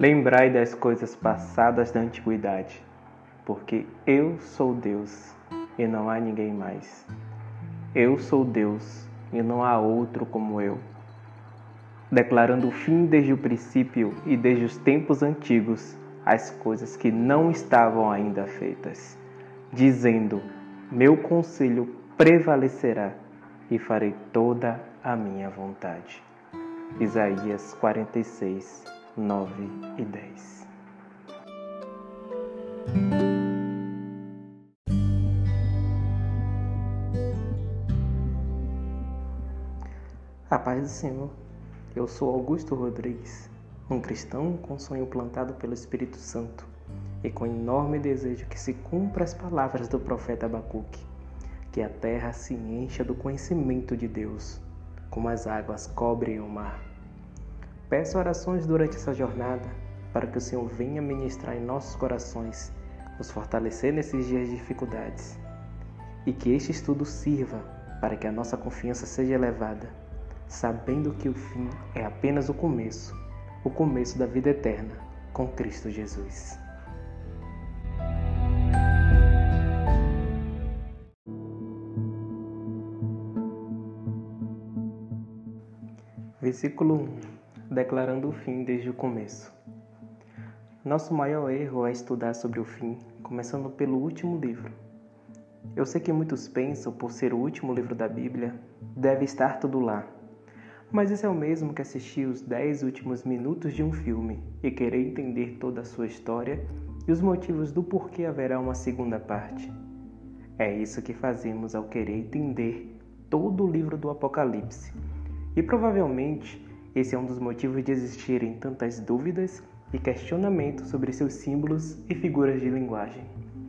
Lembrai das coisas passadas da antiguidade, porque eu sou Deus e não há ninguém mais. Eu sou Deus e não há outro como eu, declarando o fim desde o princípio e desde os tempos antigos as coisas que não estavam ainda feitas, dizendo: meu conselho prevalecerá e farei toda a minha vontade. Isaías 46, 9 e 10. A paz do Senhor. Eu sou Augusto Rodrigues, um cristão com sonho plantado pelo Espírito Santo e com enorme desejo que se cumpra as palavras do profeta Abacuque, que a terra se encha do conhecimento de Deus, como as águas cobrem o mar. Peço orações durante essa jornada para que o Senhor venha ministrar em nossos corações, nos fortalecer nesses dias de dificuldades, e que este estudo sirva para que a nossa confiança seja elevada, sabendo que o fim é apenas o começo da vida eterna com Cristo Jesus. Versículo 1. Declarando o fim desde o começo. Nosso maior erro é estudar sobre o fim, começando pelo último livro. Eu sei que muitos pensam, por ser o último livro da Bíblia, deve estar tudo lá. Mas isso é o mesmo que assistir os 10 últimos minutos de um filme e querer entender toda a sua história e os motivos do porquê haverá uma segunda parte. É isso que fazemos ao querer entender todo o livro do Apocalipse. E provavelmente esse é um dos motivos de existirem tantas dúvidas e questionamentos sobre seus símbolos e figuras de linguagem.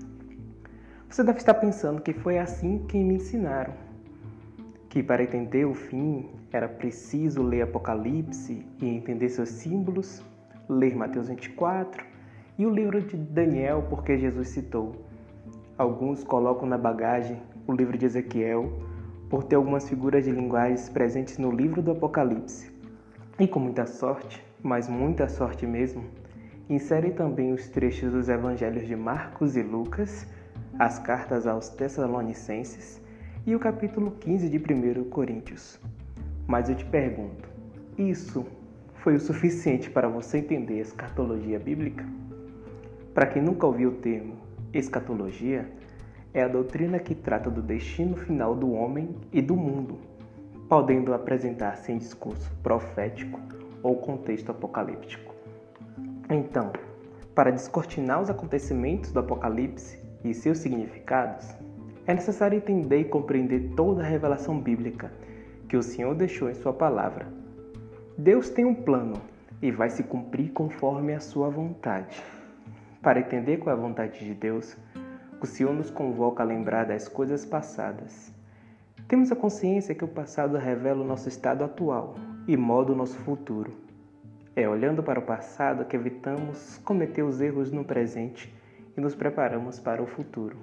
Você deve estar pensando que foi assim que me ensinaram, que para entender o fim era preciso ler Apocalipse e entender seus símbolos, ler Mateus 24 e o livro de Daniel, porque Jesus citou. Alguns colocam na bagagem o livro de Ezequiel, por ter algumas figuras de linguagem presentes no livro do Apocalipse. E com muita sorte, mas muita sorte mesmo, inserem também os trechos dos evangelhos de Marcos e Lucas, as cartas aos Tessalonicenses e o capítulo 15 de 1 Coríntios. Mas eu te pergunto, isso foi o suficiente para você entender a escatologia bíblica? Para quem nunca ouviu o termo escatologia, é a doutrina que trata do destino final do homem e do mundo, podendo apresentar-se em discurso profético ou contexto apocalíptico. Então, para descortinar os acontecimentos do Apocalipse e seus significados, é necessário entender e compreender toda a revelação bíblica que o Senhor deixou em sua palavra. Deus tem um plano e vai se cumprir conforme a sua vontade. Para entender qual é a vontade de Deus, o Senhor nos convoca a lembrar das coisas passadas. Temos a consciência que o passado revela o nosso estado atual e molda o nosso futuro. É olhando para o passado que evitamos cometer os erros no presente e nos preparamos para o futuro.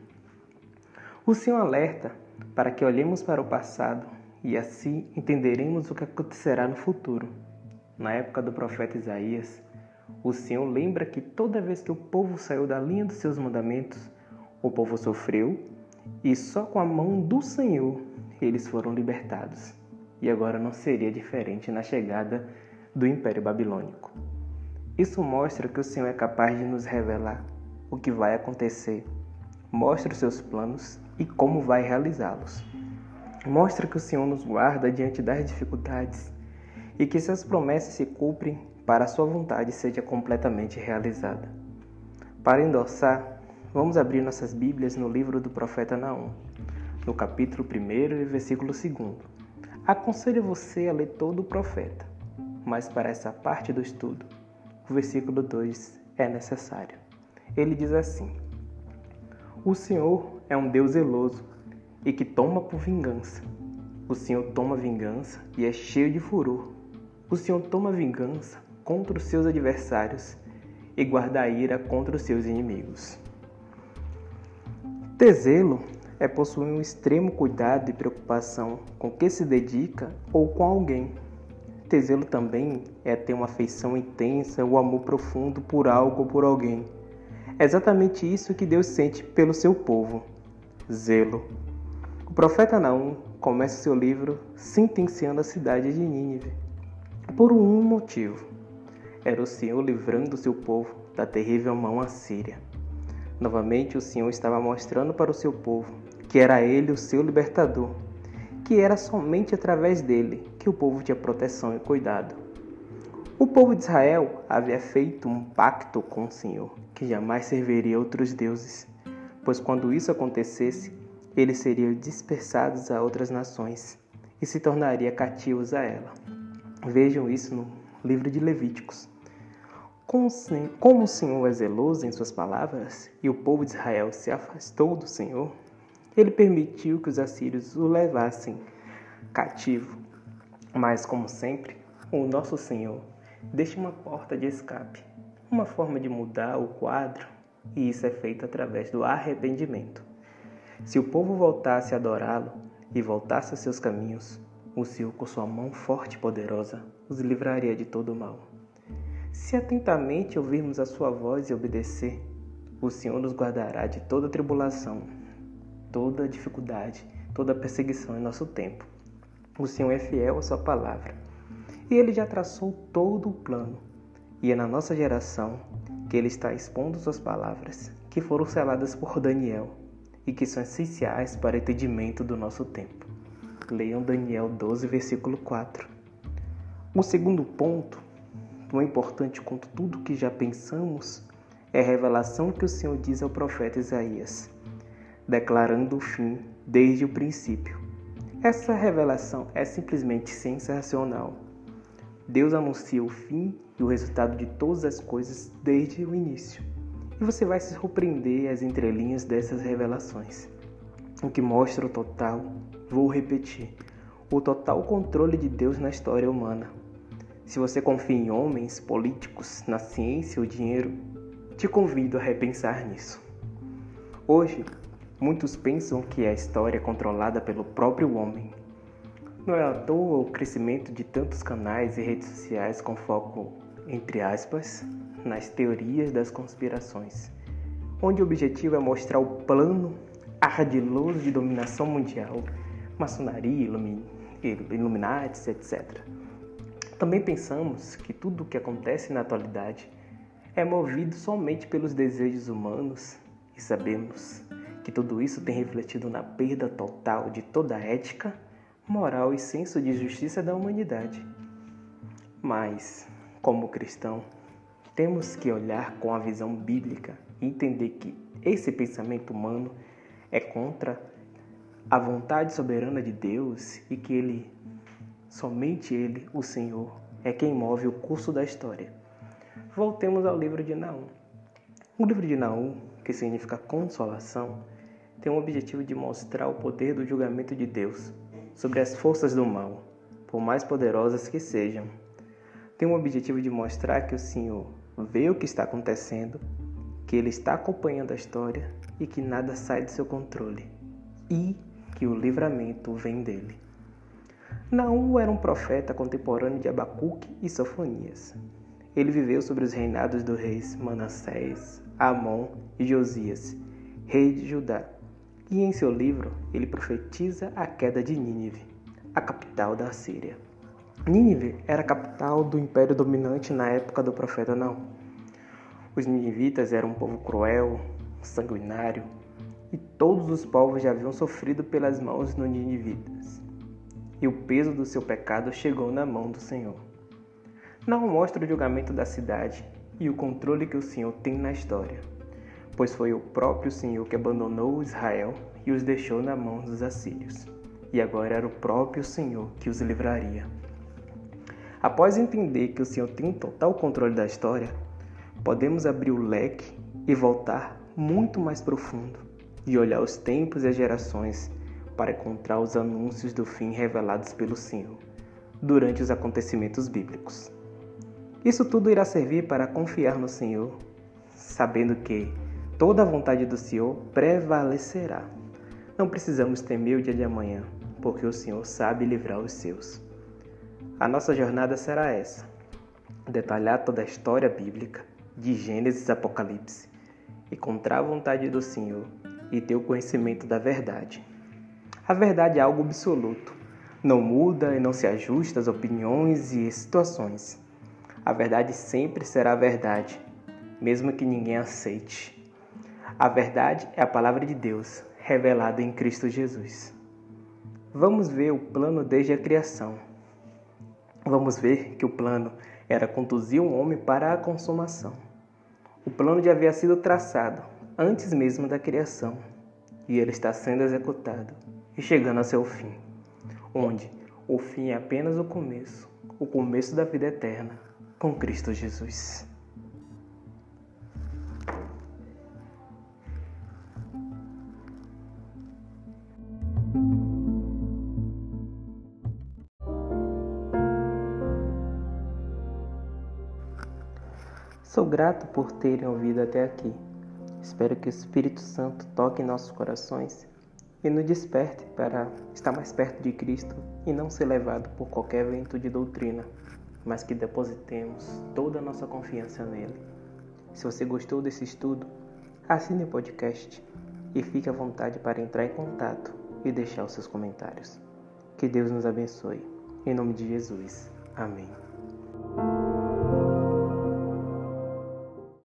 O Senhor alerta para que olhemos para o passado e assim entenderemos o que acontecerá no futuro. Na época do profeta Isaías, o Senhor lembra que toda vez que o povo saiu da linha dos seus mandamentos, o povo sofreu e só com a mão do Senhor eles foram libertados. E agora não seria diferente na chegada do Império Babilônico. Isso mostra que o Senhor é capaz de nos revelar o que vai acontecer, mostra os seus planos e como vai realizá-los. Mostra que o Senhor nos guarda diante das dificuldades e que suas promessas se cumprem para a sua vontade seja completamente realizada. Para endossar, vamos abrir nossas Bíblias no livro do profeta Naum, no capítulo 1 e versículo 2. Aconselho você a ler todo o profeta, mas para essa parte do estudo, o versículo 2 é necessário. Ele diz assim: o Senhor é um Deus zeloso e que toma por vingança. O Senhor toma vingança e é cheio de furor. O Senhor toma vingança contra os seus adversários e guarda a ira contra os seus inimigos. Ter zelo é possuir um extremo cuidado e preocupação com o que se dedica ou com alguém. Ter zelo também é ter uma afeição intensa ou amor profundo por algo ou por alguém. É exatamente isso que Deus sente pelo seu povo. Zelo. O profeta Naum começa seu livro sentenciando a cidade de Nínive por um motivo. Era o Senhor livrando seu povo da terrível mão assíria. Novamente o Senhor estava mostrando para o seu povo que era Ele o seu libertador, que era somente através dele que o povo tinha proteção e cuidado. O povo de Israel havia feito um pacto com o Senhor, que jamais serviria a outros deuses, pois quando isso acontecesse, eles seriam dispersados a outras nações e se tornariam cativos a ela. Vejam isso no livro de Levíticos. Como o Senhor é zeloso em suas palavras e o povo de Israel se afastou do Senhor, ele permitiu que os assírios o levassem cativo. Mas, como sempre, o nosso Senhor deixa uma porta de escape, uma forma de mudar o quadro, e isso é feito através do arrependimento. Se o povo voltasse a adorá-lo e voltasse aos seus caminhos, o Senhor, com sua mão forte e poderosa, os livraria de todo o mal. Se atentamente ouvirmos a sua voz e obedecer, o Senhor nos guardará de toda tribulação, toda dificuldade, toda perseguição em nosso tempo. O Senhor é fiel à sua palavra, e Ele já traçou todo o plano, e é na nossa geração que Ele está expondo suas palavras, que foram seladas por Daniel, e que são essenciais para o entendimento do nosso tempo. Leiam Daniel 12, versículo 4. O segundo ponto, tão importante quanto tudo que já pensamos, é a revelação que o Senhor diz ao profeta Isaías, declarando o fim desde o princípio. Essa revelação é simplesmente sensacional. Deus anuncia o fim e o resultado de todas as coisas desde o início. E você vai se surpreender às entrelinhas dessas revelações, o que mostra o total, vou repetir, o total controle de Deus na história humana. Se você confia em homens, políticos, na ciência ou dinheiro, te convido a repensar nisso. Hoje, muitos pensam que a história é controlada pelo próprio homem. Não é à toa o crescimento de tantos canais e redes sociais com foco, entre aspas, nas teorias das conspirações, onde o objetivo é mostrar o plano ardiloso de dominação mundial, maçonaria, Illuminati, etc. Também pensamos que tudo o que acontece na atualidade é movido somente pelos desejos humanos e sabemos que tudo isso tem refletido na perda total de toda a ética, moral e senso de justiça da humanidade. Mas, como cristão, temos que olhar com a visão bíblica e entender que esse pensamento humano é contra a vontade soberana de Deus e que somente Ele, o Senhor, é quem move o curso da história. Voltemos ao livro de Naum. O livro de Naum, que significa consolação, tem o objetivo de mostrar o poder do julgamento de Deus sobre as forças do mal, por mais poderosas que sejam. Tem o objetivo de mostrar que o Senhor vê o que está acontecendo, que Ele está acompanhando a história e que nada sai do seu controle, e que o livramento vem dele. Naum era um profeta contemporâneo de Abacuque e Sofonias. Ele viveu sobre os reinados dos reis Manassés, Amon e Josias, rei de Judá. E em seu livro, ele profetiza a queda de Nínive, a capital da Assíria. Nínive era a capital do império dominante na época do profeta Naum. Os ninivitas eram um povo cruel, sanguinário, e todos os povos já haviam sofrido pelas mãos dos ninivitas. E o peso do seu pecado chegou na mão do Senhor. Naum mostra o julgamento da cidade e o controle que o Senhor tem na história, pois foi o próprio Senhor que abandonou Israel e os deixou na mão dos assírios, e agora era o próprio Senhor que os livraria. Após entender que o Senhor tem um total controle da história, podemos abrir o leque e voltar muito mais profundo e olhar os tempos e as gerações para encontrar os anúncios do fim revelados pelo Senhor durante os acontecimentos bíblicos. Isso tudo irá servir para confiar no Senhor, sabendo que toda a vontade do Senhor prevalecerá. Não precisamos temer o dia de amanhã, porque o Senhor sabe livrar os seus. A nossa jornada será essa: detalhar toda a história bíblica, de Gênesis a Apocalipse, encontrar a vontade do Senhor e ter o conhecimento da verdade. A verdade é algo absoluto, não muda e não se ajusta às opiniões e situações. A verdade sempre será a verdade, mesmo que ninguém aceite. A verdade é a palavra de Deus, revelada em Cristo Jesus. Vamos ver o plano desde a criação. Vamos ver que o plano era conduzir um homem para a consumação. O plano já havia sido traçado antes mesmo da criação, e ele está sendo executado e chegando a seu fim, onde o fim é apenas o começo da vida eterna com Cristo Jesus. Sou grato por terem ouvido até aqui. Espero que o Espírito Santo toque em nossos corações e nos desperte para estar mais perto de Cristo e não ser levado por qualquer vento de doutrina, mas que depositemos toda a nossa confiança nele. Se você gostou desse estudo, assine o podcast e fique à vontade para entrar em contato e deixar os seus comentários. Que Deus nos abençoe. Em nome de Jesus. Amém.